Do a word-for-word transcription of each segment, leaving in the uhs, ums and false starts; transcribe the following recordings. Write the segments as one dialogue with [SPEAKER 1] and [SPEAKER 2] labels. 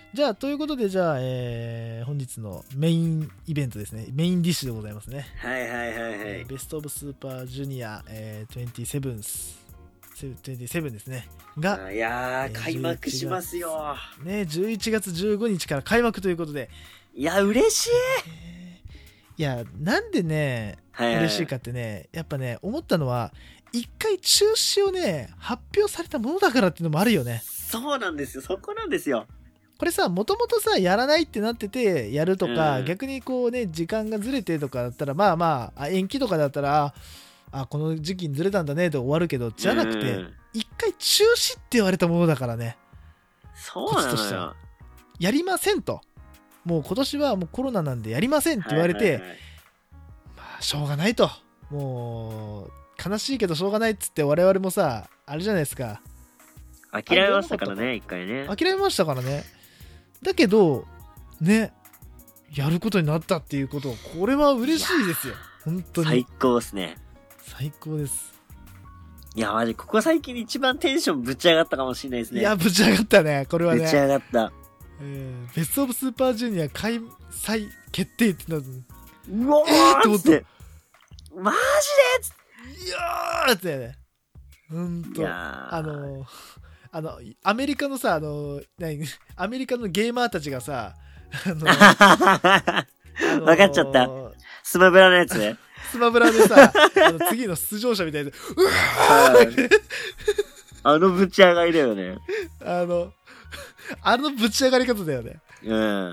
[SPEAKER 1] じゃあということでじゃあ、えー、本日のメインイベントですね、メインディッシュでございますね。
[SPEAKER 2] はいはいはいはい、
[SPEAKER 1] えー、ベストオブスーパージュニア、えー、にじゅうななにじゅうななですねが、
[SPEAKER 2] いやー、えー、開幕しますよ
[SPEAKER 1] ね。じゅういちがつじゅうごにちから開幕ということで、
[SPEAKER 2] いや嬉しい、
[SPEAKER 1] えー、いやなんでね、はいはい、嬉しいかってね、やっぱね思ったのは一回中止をね発表されたものだからっていうのもあるよね。
[SPEAKER 2] そうなんですよ、そこなんですよ。
[SPEAKER 1] これさ、もともとさやらないってなっててやるとか、うん、逆にこうね時間がずれてとかだったらまあまあ延期とかだったらあこの時期にずれたんだねと終わるけど、じゃなくて一回中止って言われたものだからね。
[SPEAKER 2] そうなのよ。
[SPEAKER 1] やりませんと、もう今年はもうコロナなんでやりませんって言われて、はいはいはい、まあしょうがないと、もう悲しいけどしょうがないっつって我々もさあれじゃないですか、
[SPEAKER 2] 諦めましたからね、一回ね。
[SPEAKER 1] 諦めましたからね。だけどね、やることになったっていうこと、これは嬉しいですよ本当に。
[SPEAKER 2] 最高ですね。
[SPEAKER 1] 最高です。
[SPEAKER 2] いやマジここ最近一番テンションぶち上がったかもしれないですね。
[SPEAKER 1] いやぶち上がったね、これはね。
[SPEAKER 2] ぶち上がった、
[SPEAKER 1] えー、ベストオブスーパージュニア開催決定ってなる。
[SPEAKER 2] うおー、えー、ってマジで
[SPEAKER 1] いやーってね、ほんとあのあのアメリカのさ、あの何アメリカのゲーマーたちがさ、あの
[SPEAKER 2] あのー、分かっちゃった、スマブラのやつね。
[SPEAKER 1] スマブラでさあの次の出場者みたいでうわー
[SPEAKER 2] あのぶち上がりだよね。
[SPEAKER 1] あのあのぶち上がり方だよね。
[SPEAKER 2] うん。うわうわ
[SPEAKER 1] わわ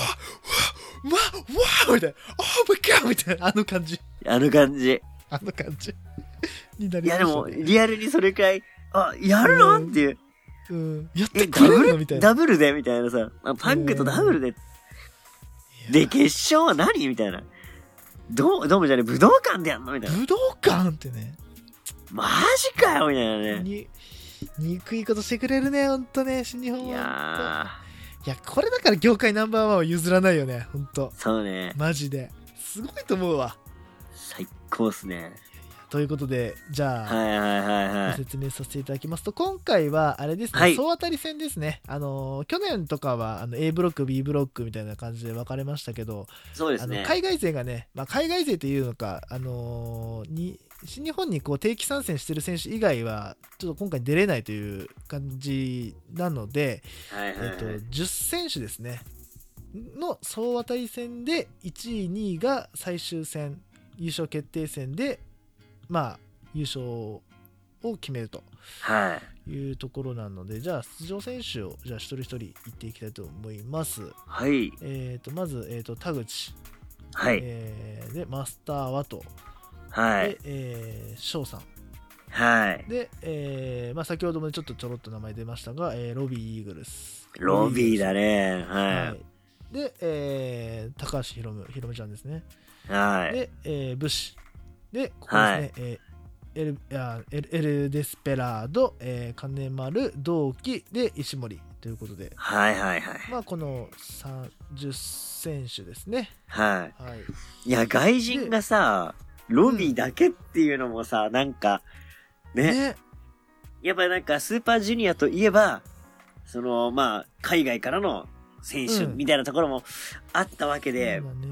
[SPEAKER 1] わみたいな、オーマイガーみたいな、あの感じ。
[SPEAKER 2] あの感じ。
[SPEAKER 1] あの感じになりましたね。
[SPEAKER 2] いやでもリアルにそれくらい、あやるの、うん、っていう。
[SPEAKER 1] うん、やってくれるのみたいな。
[SPEAKER 2] ダブルでみたいなさ、パンクとダブルで。で決勝は何みたいな。どうどうもじゃね武道館でやんのみたいな。
[SPEAKER 1] 武道館ってね。
[SPEAKER 2] マジかよみたいなね。
[SPEAKER 1] に憎いことしてくれるね、ほんとね、新日本は。い
[SPEAKER 2] や
[SPEAKER 1] ー。いや、これだから業界ナンバーワンを譲らないよね、ほんと。
[SPEAKER 2] そうね。
[SPEAKER 1] マジで。すごいと思うわ。
[SPEAKER 2] 最高っすね。
[SPEAKER 1] ということで、じゃあ、
[SPEAKER 2] はいはいはいはい、
[SPEAKER 1] ご説明させていただきますと、今回はあれですね、はい、総当たり戦ですね。あの去年とかはあの A ブロック B ブロックみたいな感じで分かれましたけど、
[SPEAKER 2] そうですね、
[SPEAKER 1] あの海外勢がね、まあ、海外勢というのか、あのー、に新日本にこう定期参戦してる選手以外はちょっと今回出れないという感じなので、
[SPEAKER 2] はいはいはい、
[SPEAKER 1] えー、とじゅっ選手ですねの総当たり戦でいちいにいが最終戦優勝決定戦でまあ優勝を決めるというところなので、はい、じゃあ出場選手をじゃあ一人一人言っていきたいと思います。
[SPEAKER 2] はい。
[SPEAKER 1] えっ、ー、とまず、えー、と田口、
[SPEAKER 2] はい。
[SPEAKER 1] えー、でマスターワト、
[SPEAKER 2] はい。
[SPEAKER 1] で、えー、翔さん、
[SPEAKER 2] はい。
[SPEAKER 1] で、えーまあ、先ほどもちょっとちょろっと名前出ましたが、えー、ロビーイーグルス。
[SPEAKER 2] ロビーだね。はい。はい、
[SPEAKER 1] で、えー、高橋ひろむ、ひろむちゃんですね。
[SPEAKER 2] はい。
[SPEAKER 1] で、えー、武士。で、ここですね。はい、えーエル, エル, エルデスペラード、えー、金丸、同期で石森ということで、
[SPEAKER 2] はいはいはい。
[SPEAKER 1] まあこのさんじゅっ選手ですね。
[SPEAKER 2] はい。はい、いや外人がさ、ロビーだけっていうのもさ、うん、なんかね、ね、やっぱなんかスーパージュニアといえば、そのまあ海外からの選手みたいなところもあったわけで、
[SPEAKER 1] うん、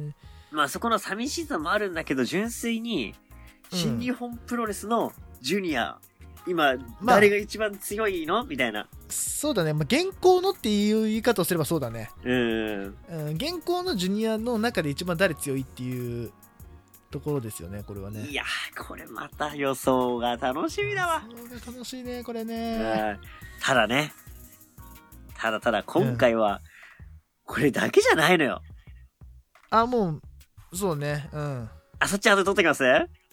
[SPEAKER 1] ね、
[SPEAKER 2] まあそこの寂しさもあるんだけど、純粋に新日本プロレスのジュニア、うん、今、まあ、誰が一番強いのみたいな。
[SPEAKER 1] そうだね、まあ、現行のっていう言い方をすればそうだね。
[SPEAKER 2] うん、
[SPEAKER 1] うん、現行のジュニアの中で一番誰強いっていうところですよね、これはね。
[SPEAKER 2] いやー、これまた予想が楽しみだわ。
[SPEAKER 1] 予想が楽しいね、これね。
[SPEAKER 2] ただね、ただただ今回は、これだけじゃないのよ。
[SPEAKER 1] うん、あ、もう、そうね、うん。
[SPEAKER 2] あ、そっち後で取ってきます？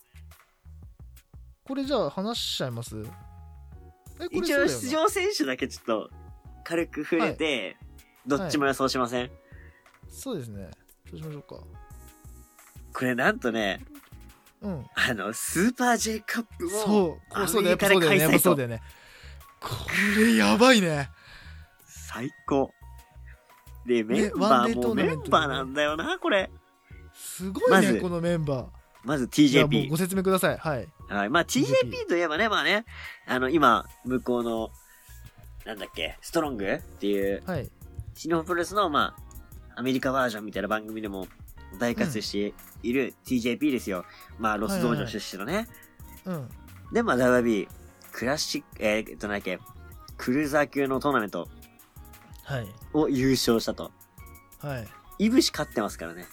[SPEAKER 1] これじゃあ話しちゃいます？
[SPEAKER 2] え、一応出場選手だけちょっと軽く触れて、はい、どっちも予想しません？はい、
[SPEAKER 1] そうですね。そうしましょうか。
[SPEAKER 2] これなんとね、
[SPEAKER 1] うん、
[SPEAKER 2] あのスーパー J カップも
[SPEAKER 1] そう、そうだよ、そうだよね、そうだよね。これやばいね。
[SPEAKER 2] 最高。でメンバーもメンバーなんだよな、これ。
[SPEAKER 1] すごいね、ま、このメンバー。
[SPEAKER 2] まず ティージェーピー。
[SPEAKER 1] もうご説明ください。はい。
[SPEAKER 2] はい。まあ ティージェーピー といえばね、まあね、あの今向こうのなんだっけ、ストロングっていう、
[SPEAKER 1] はい、
[SPEAKER 2] 新日本プロレスの、まあ、アメリカバージョンみたいな番組でも大活躍している ティージェーピー ですよ。うん、まあ、ロス道場出身のね。
[SPEAKER 1] はいはいはい、
[SPEAKER 2] うん。で、まあ、ダブリューダブリューイー、クラシック、えー、どんだっけ、クルーザー級のトーナメントを優勝したと。
[SPEAKER 1] はい。
[SPEAKER 2] イブシ勝ってますからね。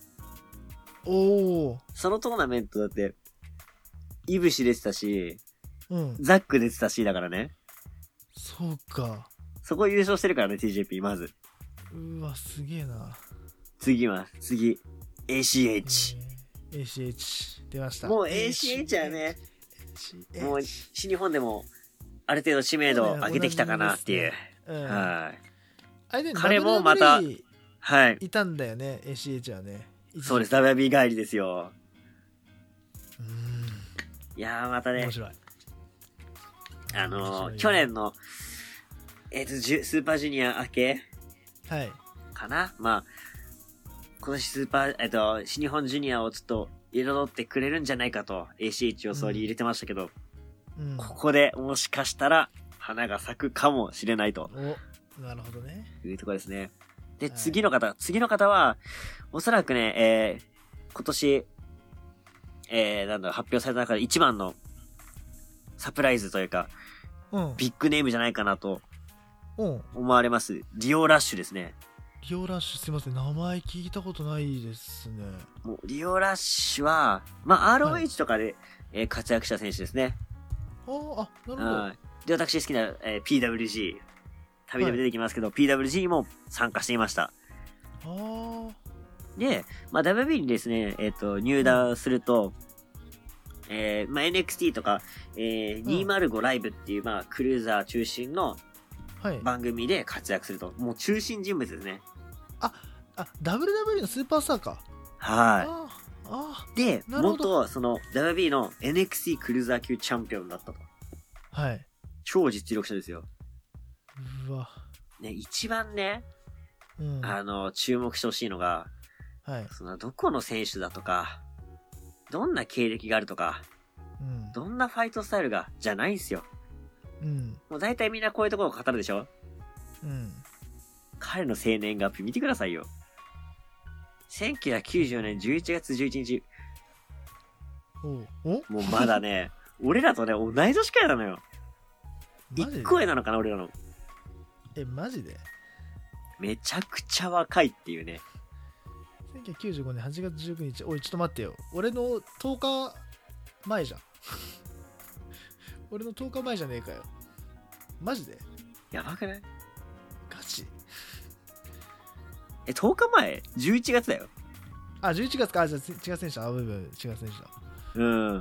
[SPEAKER 1] おー。
[SPEAKER 2] そのトーナメントだって、イブシ出てたし、
[SPEAKER 1] うん、
[SPEAKER 2] ザック出てたし、だからね。
[SPEAKER 1] そうか。
[SPEAKER 2] そこ優勝してるからね、ティージェーピー、まず。
[SPEAKER 1] うわ、すげえな。
[SPEAKER 2] 次は、次、エーシーエイチ。
[SPEAKER 1] えー、エーシーエイチ 出ました。
[SPEAKER 2] もう エーシーエイチ はね、もう新日本でも、ある程度知名度を上げてきたかなっていう。ね、うん、はい。
[SPEAKER 1] あれで、ね、
[SPEAKER 2] 彼もまた、はい。
[SPEAKER 1] いたんだよね、エーシーエイチ はね。
[SPEAKER 2] そうです、ダブリューダブリューイー 帰りですよ。
[SPEAKER 1] うん。
[SPEAKER 2] いやー、またね。
[SPEAKER 1] 面白い。
[SPEAKER 2] あのー、去年の、えっと、スーパージュニア明け
[SPEAKER 1] はい。
[SPEAKER 2] かな、まあ、今年スーパー、えっと、新日本ジュニアをちょっと彩ってくれるんじゃないかと エーシーエイチ 予想に入れてましたけど、うんうん、ここでもしかしたら花が咲くかもしれないと。
[SPEAKER 1] お、なるほどね。
[SPEAKER 2] いうところですね。で、はい、次の方、次の方は、おそらくね、えー、今年、えー、なんだろう、発表された中で一番のサプライズというか、うん、ビッグネームじゃないかなと思われます。リオラッシュですね。
[SPEAKER 1] リオラッシュ、すいません、名前聞いたことないですね。
[SPEAKER 2] もうリオラッシュは、まあ、アールオーエイチ とかで、はい、えー、活躍した選手ですね。
[SPEAKER 1] ああ、なるほど。
[SPEAKER 2] で、私好きな、えー、ピーダブリュージー、たびたび出てきますけど、はい、ピーダブリュージー にも参加していました。
[SPEAKER 1] あ
[SPEAKER 2] で、まあ、ダブリューダブリューイー にですね、えっ、ー、と、入団すると、うん、えー、まあ、エヌエックスティー とか、えー、にひゃくごライブっていう、まあ、クルーザー中心の番組で活躍すると。はい、もう中心人物ですね。
[SPEAKER 1] あ、あ、ダブリューダブリューイー のスーパースターか。
[SPEAKER 2] はい。
[SPEAKER 1] ああ
[SPEAKER 2] で、元、その、ダブリューダブリューイー の エヌエックスティー クルーザー級チャンピオンだったと。
[SPEAKER 1] はい。
[SPEAKER 2] 超実力者ですよ。
[SPEAKER 1] うわ。
[SPEAKER 2] ね、一番ね、
[SPEAKER 1] うん、
[SPEAKER 2] あの、注目してほしいのが、
[SPEAKER 1] はい。
[SPEAKER 2] その、どこの選手だとか、どんな経歴があるとか、
[SPEAKER 1] うん、
[SPEAKER 2] どんなファイトスタイルが、じゃないんすよ。
[SPEAKER 1] うん。
[SPEAKER 2] もう大体みんなこういうところを語るでしょ？
[SPEAKER 1] うん。
[SPEAKER 2] 彼の生年月日見てくださいよ。せんきゅうひゃくきゅうじゅうよねんじゅういちがつじゅういちにち。
[SPEAKER 1] おお
[SPEAKER 2] もうまだね、俺らとね、同い年くらいなのよ。一個上なのかな、俺らの。
[SPEAKER 1] え、マジで？
[SPEAKER 2] めちゃくちゃ若いっていうね。
[SPEAKER 1] せんきゅうひゃくきゅうじゅうごねんはちがつじゅうくにち。おい、ちょっと待ってよ。俺のとおかまえじゃん。俺のとおかまえじゃねえかよ。マジで？
[SPEAKER 2] やばくない？
[SPEAKER 1] ガチ？
[SPEAKER 2] え、とおかまえ ?じゅういちがつだよ。
[SPEAKER 1] あ、じゅういちがつか。あ、じゃあ、違う選手だ。あ、ぶぶ、違う選手だ。
[SPEAKER 2] うん。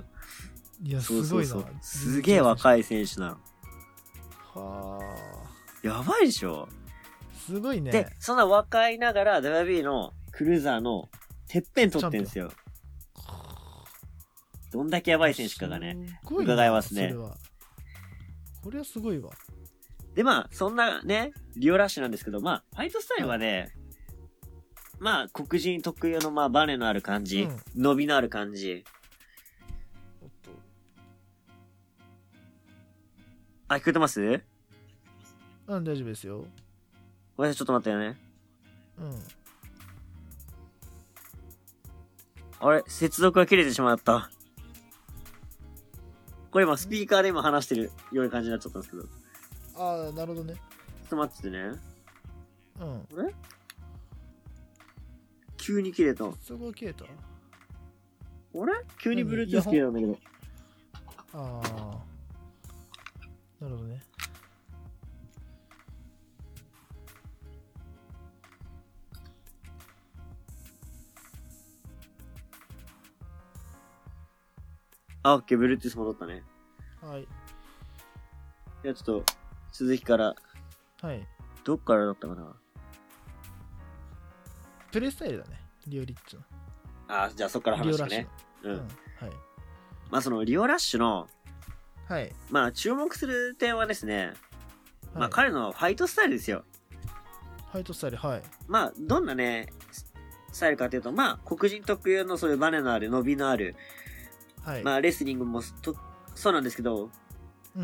[SPEAKER 1] いや、すごいな。そうそうそう、
[SPEAKER 2] すげえ若い選手なの。
[SPEAKER 1] は
[SPEAKER 2] あ。やばいでしょ。
[SPEAKER 1] すごいね。
[SPEAKER 2] で、そんな若いながら ダブリューダブリューイー のクルーザーのてっぺん取ってんですよ。どんだけやばい選手かがね、伺えますね。
[SPEAKER 1] それは。これはすごいわ。
[SPEAKER 2] で、まあ、そんなね、リオラッシュなんですけど、まあ、ファイトスタイルはね、うん、まあ、黒人特有の、まあ、バネのある感じ、うん、伸びのある感じ。おっと。あ、聞こえてます？うん、
[SPEAKER 1] 大丈夫ですよ。
[SPEAKER 2] ごめんなさい、ちょっと待ってよね。
[SPEAKER 1] うん。
[SPEAKER 2] あれ、接続が切れてしまった。これ今スピーカーで今話してるような感じになっちゃったんですけど。
[SPEAKER 1] ああ、なるほどね。ちょ
[SPEAKER 2] っと待っててね。
[SPEAKER 1] うん。
[SPEAKER 2] あれ？急に切れた。
[SPEAKER 1] すごい切れた。あ
[SPEAKER 2] れ？急に Bluetooth 切れたんだけど。
[SPEAKER 1] ああ。なるほどね。
[SPEAKER 2] あ、オッケー、Bluetooth 戻ったね。
[SPEAKER 1] はい。
[SPEAKER 2] じゃあちょっと、続きから。
[SPEAKER 1] はい。
[SPEAKER 2] どっからだったかな？
[SPEAKER 1] プレイスタイルだね。リオリッチの。
[SPEAKER 2] あ、じゃあそっから話してね。うん。うん。はい。まあそのリオラッシュの、
[SPEAKER 1] はい。
[SPEAKER 2] まあ注目する点はですね、はい、まあ彼のファイトスタイルですよ。
[SPEAKER 1] ファイトスタイル、はい。
[SPEAKER 2] まあどんなね、スタイルかというと、まあ黒人特有のそういうバネのある、伸びのある、はい、まあレスリングもとそうなんですけど、
[SPEAKER 1] うん。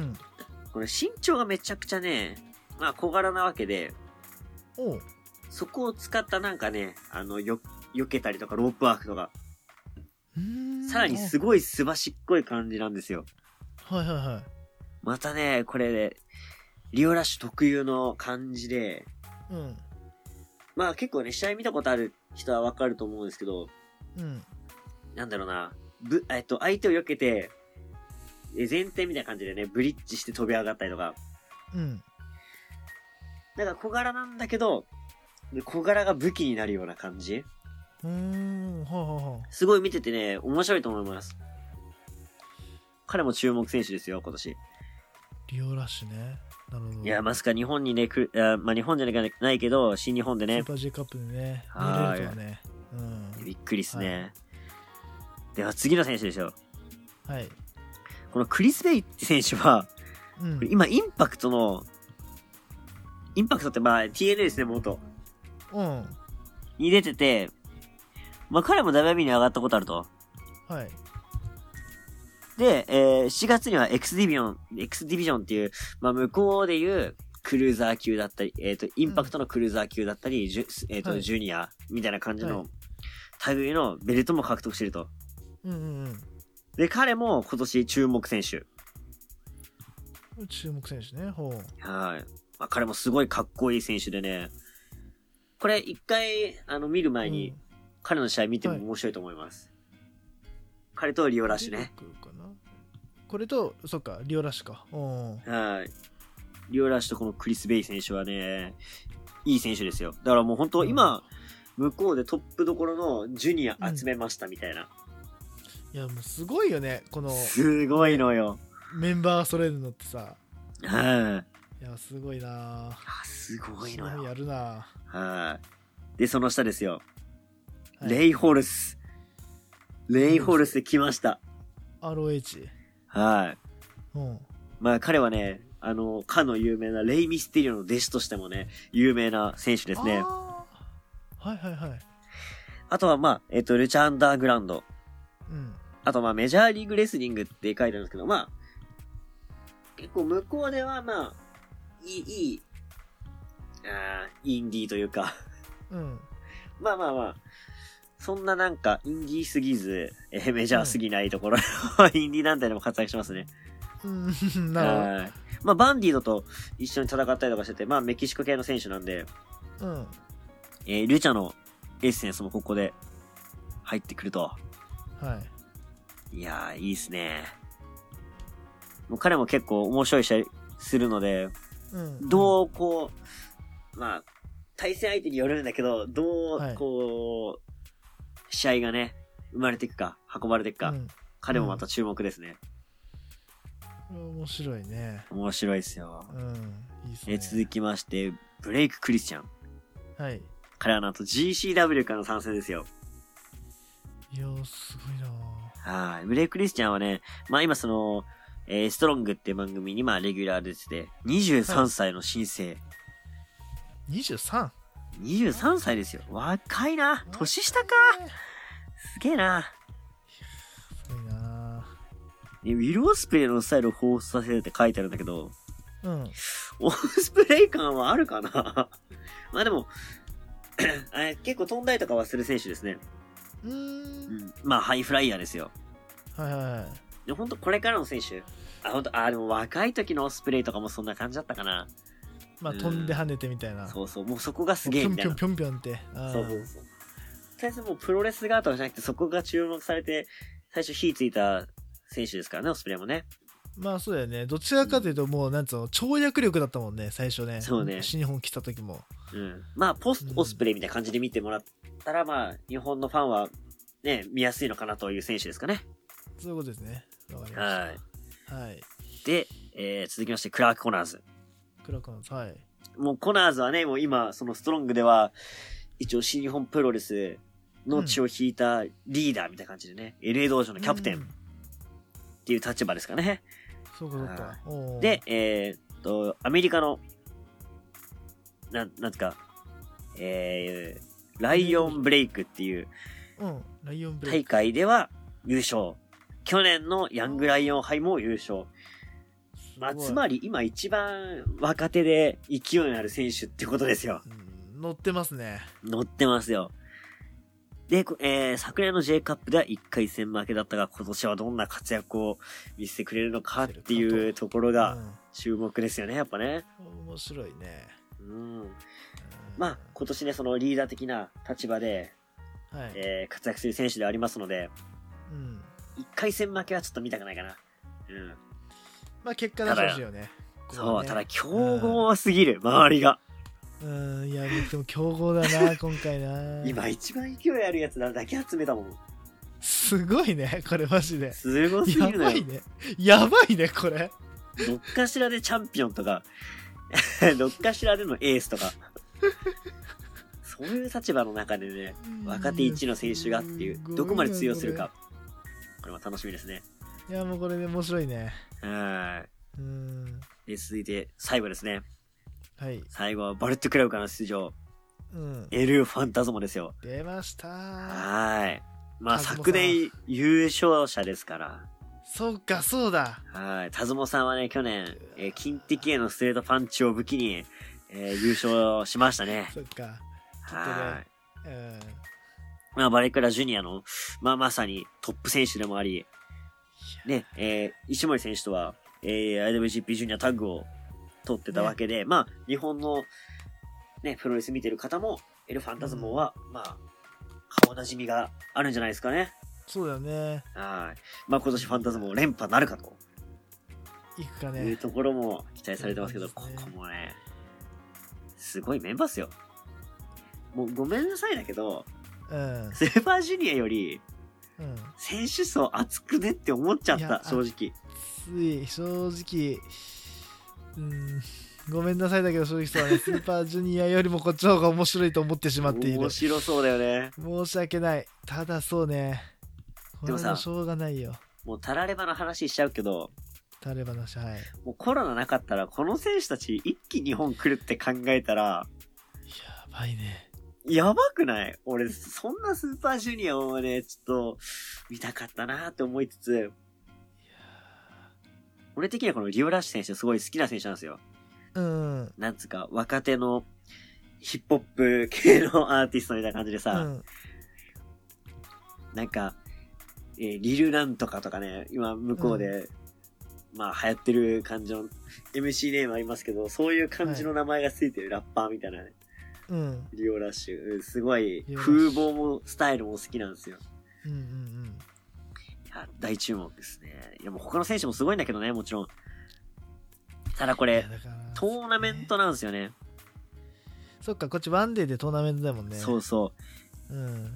[SPEAKER 2] これ身長がめちゃくちゃね、まあ小柄なわけで、
[SPEAKER 1] おう。
[SPEAKER 2] そこを使ったなんかね、あの、よ、避けたりとか、ロープワークとか。さらにすごいすばしっこい感じなんですよ。
[SPEAKER 1] はいはいはい。
[SPEAKER 2] またね、これね、リオラッシュ特有の感じで、
[SPEAKER 1] うん。
[SPEAKER 2] まあ結構ね、試合見たことある人はわかると思うんですけど、
[SPEAKER 1] うん。
[SPEAKER 2] なんだろうな、ぶ、えっと、相手を避けて、え前転みたいな感じでね、ブリッジして飛び上がったりとか。
[SPEAKER 1] うん。
[SPEAKER 2] なんか小柄なんだけど、小柄が武器になるような感じ。
[SPEAKER 1] うーん、はあ、はあはあ、
[SPEAKER 2] すごい見ててね、面白いと思います。彼も注目選手ですよ、今年。
[SPEAKER 1] リオラッシュね。なるほど。
[SPEAKER 2] いや、まさか日本にね、来る、あまあ、日本じゃないけど、新日本でね。
[SPEAKER 1] スーパー J カップでね、見れるとはね。
[SPEAKER 2] うん。びっくりっすね。はい、では次の選手でしょ。
[SPEAKER 1] はい。
[SPEAKER 2] このクリス・ベイって選手は、うん、今、インパクトの、インパクトってまあ ティーエヌエー ですね、元。
[SPEAKER 1] うん。
[SPEAKER 2] に出てて、まあ彼も ダブリュービー に上がったことあると。
[SPEAKER 1] はい。
[SPEAKER 2] で、えー、しがつには X ディビジョン、X ディビジョンっていう、まあ向こうでいうクルーザー級だったり、えっ、ー、と、インパクトのクルーザー級だったり、うん、えっ、ー、と、はい、ジュニアみたいな感じの、類のベルトも獲得してると。
[SPEAKER 1] うんうんうん。
[SPEAKER 2] で、彼も今年注目選手。
[SPEAKER 1] 注目選手ね、ほう。
[SPEAKER 2] はい。まあ彼もすごいかっこいい選手でね、これ一回、あの、見る前に、うん、彼の試合見ても面白いと思います。はい、彼とリオラッシュね。
[SPEAKER 1] これと、そっか、リオラッシュか。
[SPEAKER 2] はい。リオラッシュとこのクリス・ベイ選手はね、いい選手ですよ。だからもう本当、今、うん、向こうでトップどころのジュニア集めましたみたいな。
[SPEAKER 1] うん、いや、もうすごいよね、この。
[SPEAKER 2] すごいのよ。
[SPEAKER 1] メンバー揃えるのってさ。
[SPEAKER 2] はい。
[SPEAKER 1] いや、すごいなぁ。
[SPEAKER 2] すごいのよ。
[SPEAKER 1] やるな
[SPEAKER 2] ぁ。はい。で、その下ですよ。はい、レイ・ホルス。レイ・ホルスで来ました。
[SPEAKER 1] アールオーエイチ。
[SPEAKER 2] はい。
[SPEAKER 1] うん。
[SPEAKER 2] まあ彼はね、あの、かの有名なレイ・ミステリオの弟子としてもね、有名な選手ですね。
[SPEAKER 1] はいはいはい。
[SPEAKER 2] あとはまあ、えっと、ルチャアンダーグラウンド。
[SPEAKER 1] うん。
[SPEAKER 2] あとまあ、メジャーリーグレスリングって書いてあるんですけど、まあ、結構向こうではまあ、いい、いい、あインディーというか
[SPEAKER 1] うん。
[SPEAKER 2] まあまあまあ、そんななんか、インディーすぎず、えー、メジャーすぎないところ、うん、インディー団体でも活躍しますね。
[SPEAKER 1] うん、なるほど。
[SPEAKER 2] まあ、バンディードと一緒に戦ったりとかしてて、まあ、メキシコ系の選手なんで、
[SPEAKER 1] うん。
[SPEAKER 2] えー、ルチャのエッセンスもここで入ってくると。
[SPEAKER 1] はい。
[SPEAKER 2] いやー、いいっすね。もう彼も結構面白い試合するので、
[SPEAKER 1] うん、
[SPEAKER 2] どうこう、まあ、対戦相手によるんだけど、どう、こう、はい、試合がね、生まれていくか、運ばれていくか、うん、彼もまた注目ですね。
[SPEAKER 1] うん、面白いね。
[SPEAKER 2] 面白いですよ。
[SPEAKER 1] うん、いいっすね。
[SPEAKER 2] え続きまして、ブレイク・クリスチャン。
[SPEAKER 1] はい。
[SPEAKER 2] 彼はなんと ジーシーダブリュー からの参戦ですよ。
[SPEAKER 1] いやー、すごい
[SPEAKER 2] なはい。ブレイク・クリスチャンはね、まあ今その、えー、ストロングっていう番組にまあレギュラーで出てて、にじゅうさんさいの新星。はい、
[SPEAKER 1] にじゅうさん?
[SPEAKER 2] にじゅうさんさいですよ。若いな。年下か。すげえな。
[SPEAKER 1] すごいな。
[SPEAKER 2] ウィル・オスプレイのスタイルを放出させるって書いてあるんだけど、
[SPEAKER 1] うん。
[SPEAKER 2] オスプレイ感はあるかなまあでも結構飛んだりとかはする選手ですね。
[SPEAKER 1] うーん。うん、
[SPEAKER 2] まあハイフライヤーですよ。
[SPEAKER 1] はいはいはい。
[SPEAKER 2] で本当これからの選手。あ、本当あ、でも若い時のオスプレイとかもそんな感じだったかな。
[SPEAKER 1] まあ、飛んで跳ねてみたいな。
[SPEAKER 2] そうそう、もうそこがすげえみたいな。
[SPEAKER 1] ぴょんぴょんぴょんぴょんって。
[SPEAKER 2] そうそうそう。とりあえずもうプロレスガードじゃなくてそこが注目されて、最初火ついた選手ですからね、オスプレイもね。
[SPEAKER 1] まあそうだよね。どちらかというともう、なんつうの、跳躍力だったもんね、最初ね。
[SPEAKER 2] そうね。
[SPEAKER 1] 新日本来た時も。
[SPEAKER 2] うん。まあ、ポストオスプレイみたいな感じで見てもらったら、うん、まあ、日本のファンはね、見やすいのかなという選手ですかね。
[SPEAKER 1] そういうことですね。わかりました。
[SPEAKER 2] はい。
[SPEAKER 1] はい。
[SPEAKER 2] で、えー、続きまして、クラーク・コナーズ。
[SPEAKER 1] クラーク・コナーズ、はい。
[SPEAKER 2] もうコナーズはね、もう今、そのストロングでは、一応新日本プロレスの血を引いたリーダーみたいな感じでね、うん、エルエー 道場のキャプテンっていう立場ですかね。
[SPEAKER 1] うん、そうかそうか。
[SPEAKER 2] で、えー、っと、アメリカの、なん、なんつか、えー、ライオンブレイクっていう、
[SPEAKER 1] うん、ライオンブレイ
[SPEAKER 2] ク大会では優勝。去年のヤングライオン杯も優勝。まあ、つまり今一番若手で勢いのある選手ってことですよ。
[SPEAKER 1] うん、 乗ってますね。
[SPEAKER 2] 乗ってますよ。で、えー、昨年の J カップではいっかい戦負けだったが、今年はどんな活躍を見せてくれるのかっていうところが注目ですよね、やっぱね。
[SPEAKER 1] 面白いね。
[SPEAKER 2] うん。まあ、今年ね、そのリーダー的な立場で、はい、えー、活躍する選手でありますので、うん。いっかい戦負けはちょっと見たくないかな。うん。
[SPEAKER 1] まあ、結果出してほしいよね。
[SPEAKER 2] そう、ね、ただ強豪すぎる、周りが。
[SPEAKER 1] うん、いや、でも強豪だな、今回な。
[SPEAKER 2] 今一番勢いあるやつだけ集めたもん。
[SPEAKER 1] すごいね、これマジで。
[SPEAKER 2] すごすぎるのよ。
[SPEAKER 1] やばいね。やばいね、これ。
[SPEAKER 2] どっかしらでチャンピオンとか、どっかしらでのエースとか。そういう立場の中でね、若手一の選手がっていう、どこまで通用するか。これも楽しみですね。
[SPEAKER 1] いや、もうこれで面白いね。
[SPEAKER 2] はい。うん。で、続いて、最後ですね。
[SPEAKER 1] はい。
[SPEAKER 2] 最後はバレットクラブからの出場。うん。エル・ファンタズモですよ。
[SPEAKER 1] 出ましたー。
[SPEAKER 2] はい。まあ、昨年優勝者ですから。
[SPEAKER 1] そっか、そうだ。
[SPEAKER 2] はい。タズモさんはね、去年、えー、金敵へのストレートパンチを武器に、えー、優勝しましたね。
[SPEAKER 1] そっか。
[SPEAKER 2] はい。うん。まあ、バレクラジュニアの、まあ、まさにトップ選手でもあり、ね、えー、石森選手とは、えー、アイダブリュージーピー ジュニアタッグを取ってたわけで、ね、まあ、日本の、ね、プロレス見てる方も、エル・ファンタズモは、うん、まあ、顔なじみがあるんじゃないですかね。
[SPEAKER 1] そうだよね。
[SPEAKER 2] はい。まあ、今年ファンタズモ連覇なるかと。
[SPEAKER 1] いくかね。
[SPEAKER 2] いうところも期待されてますけど、ね、ここもね、すごいメンバーっすよ。もうごめんなさいだけど、うん、スーパージュニアより、うん、選手層厚くねって思っちゃった、正直。
[SPEAKER 1] つい、正直、うん、ごめんなさいだけど正直そうね、スーパージュニアよりもこっちの方が面白いと思ってしまっている。
[SPEAKER 2] 面白そうだよね。
[SPEAKER 1] 申し訳ない。ただそうね。でもさ、しょうがないよ。
[SPEAKER 2] もうタラレバの話しちゃうけど、
[SPEAKER 1] タラレバの話、はい。
[SPEAKER 2] もうコロナなかったら、この選手たち一気に日本来るって考えたら、
[SPEAKER 1] やばいね。
[SPEAKER 2] やばくない？俺、そんなスーパージュニアをね、ちょっと、見たかったなーって思いつつ、いや俺的にはこのリオラッシュ選手すごい好きな選手なんですよ。うん。なんつうか、若手のヒップホップ系のアーティストみたいな感じでさ、うん、なんか、えー、リルなんとかとかね、今向こうで、うん、まあ流行ってる感じの エムシー ネームありますけど、そういう感じの名前がついてるラッパーみたいなね。うん、リオラッシュ。すごい、風貌もスタイルも好きなんですよ。うんうんうん。いや、大注目ですね。いや、もう他の選手もすごいんだけどね、もちろん。ただこれ、トーナメントなんですよね。
[SPEAKER 1] そっか、こっちワンデーでトーナメントだもんね。
[SPEAKER 2] そうそう。うん。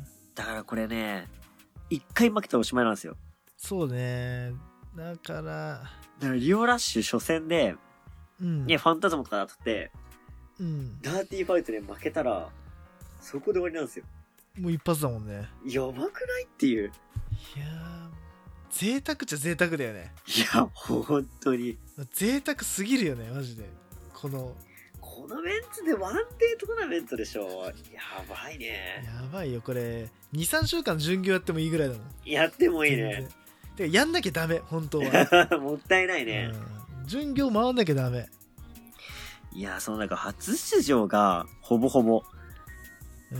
[SPEAKER 2] だからこれね、一回負けたらおしまいなんですよ。
[SPEAKER 1] そうね。だから。
[SPEAKER 2] だからリオラッシュ初戦で、うん。ね、ファンタズムとかだって、うん。ダーティーファイトで負けたら、そこで終わりなんですよ。
[SPEAKER 1] もう一発だもんね。
[SPEAKER 2] やばくないっていう。
[SPEAKER 1] いやー、贅沢っちゃ贅沢だよね。
[SPEAKER 2] いや、本当に。
[SPEAKER 1] 贅沢すぎるよね、マジで。この。
[SPEAKER 2] このメンツでワンデートーナメントでしょ。やばいね。
[SPEAKER 1] やばいよ、これ。に、さんしゅうかん巡業やってもいいぐらいだもん。
[SPEAKER 2] やってもいいね。
[SPEAKER 1] てか、やんなきゃダメ、本当は。
[SPEAKER 2] もったいないね。
[SPEAKER 1] うん、巡業回んなきゃダメ。
[SPEAKER 2] いや、そのなんか初出場がほぼほぼ。うん。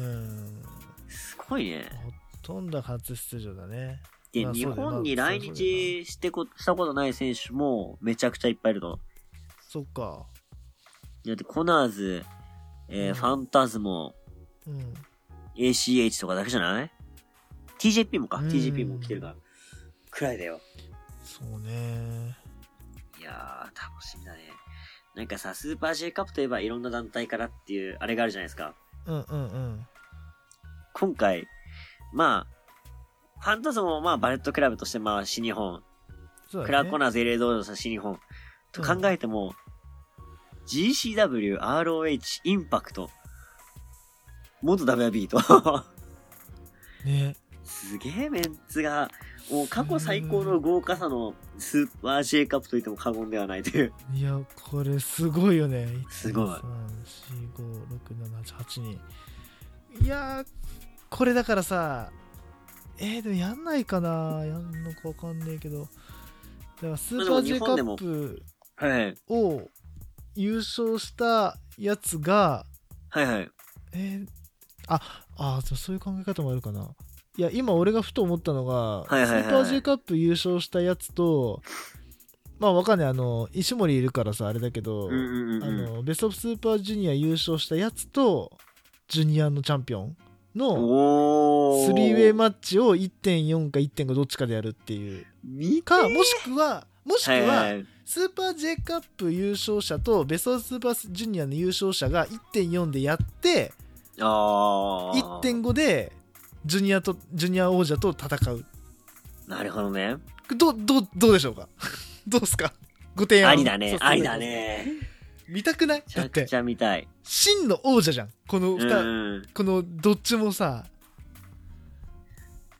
[SPEAKER 2] すごいね。
[SPEAKER 1] ほとんど初出場だね。
[SPEAKER 2] で、まあ、日本に来日してこ、したことない選手もめちゃくちゃいっぱいいると。
[SPEAKER 1] そっか。
[SPEAKER 2] だってコナーズ、えーうん、ファンタズモ、うん、エーシーエイチ とかだけじゃない ?ティージェーピー もか。うん、ティージェーピー も来てるから。くらいだよ。
[SPEAKER 1] そうね。
[SPEAKER 2] いやー、楽しみだね。なんかさ、スーパー J カップといえばいろんな団体からっていうあれがあるじゃないですか。うんうんうん。今回、まあ、ファンタズモもまあバレットクラブとしてまあ新日本、ね、クラーコナーズ エルエー 道場と新日本と考えても、うん、ジーシーダブリュー、アールオーエイチ、インパクト、元 ダブリュービー とね。すげえメンツが、もう過去最高の豪華さのスーパー J カップといっても過言ではないという。
[SPEAKER 1] いや、これすごいよね。
[SPEAKER 2] すごい。
[SPEAKER 1] さん、よん、ご、ろく、なな、はち、はちにん。いやー、これだからさ、えー、でもやんないかな、やんのかわかんねえけど。だからスーパー J カップを優勝したやつが、
[SPEAKER 2] はいはい。
[SPEAKER 1] えー、ああそういう考え方もあるかな。いや今俺がふと思ったのが、
[SPEAKER 2] はいはいはい、
[SPEAKER 1] スーパー J カップ優勝したやつと、まあわかんない、あの石森いるからさあれだけど、
[SPEAKER 2] うんうんうん、
[SPEAKER 1] あのベストオブスーパージュニア優勝したやつとジュニアのチャンピオンのスリーウェイマッチを いってんよん か いってんご どっちかでやるっていうか、もしくはもしくは、はいはい、スーパー J カップ優勝者とベストオブスーパージュニアの優勝者が いってんよん でやって、
[SPEAKER 2] あ
[SPEAKER 1] いってんご でジュニアとジュニア王者と戦う。
[SPEAKER 2] なるほどね。
[SPEAKER 1] どどどうでしょうかどうですかご提案。
[SPEAKER 2] ありだね、ありだね。
[SPEAKER 1] 見たくない？
[SPEAKER 2] めちゃくちゃ見たい。
[SPEAKER 1] 真の王者じゃんこのふた、このどっちもさ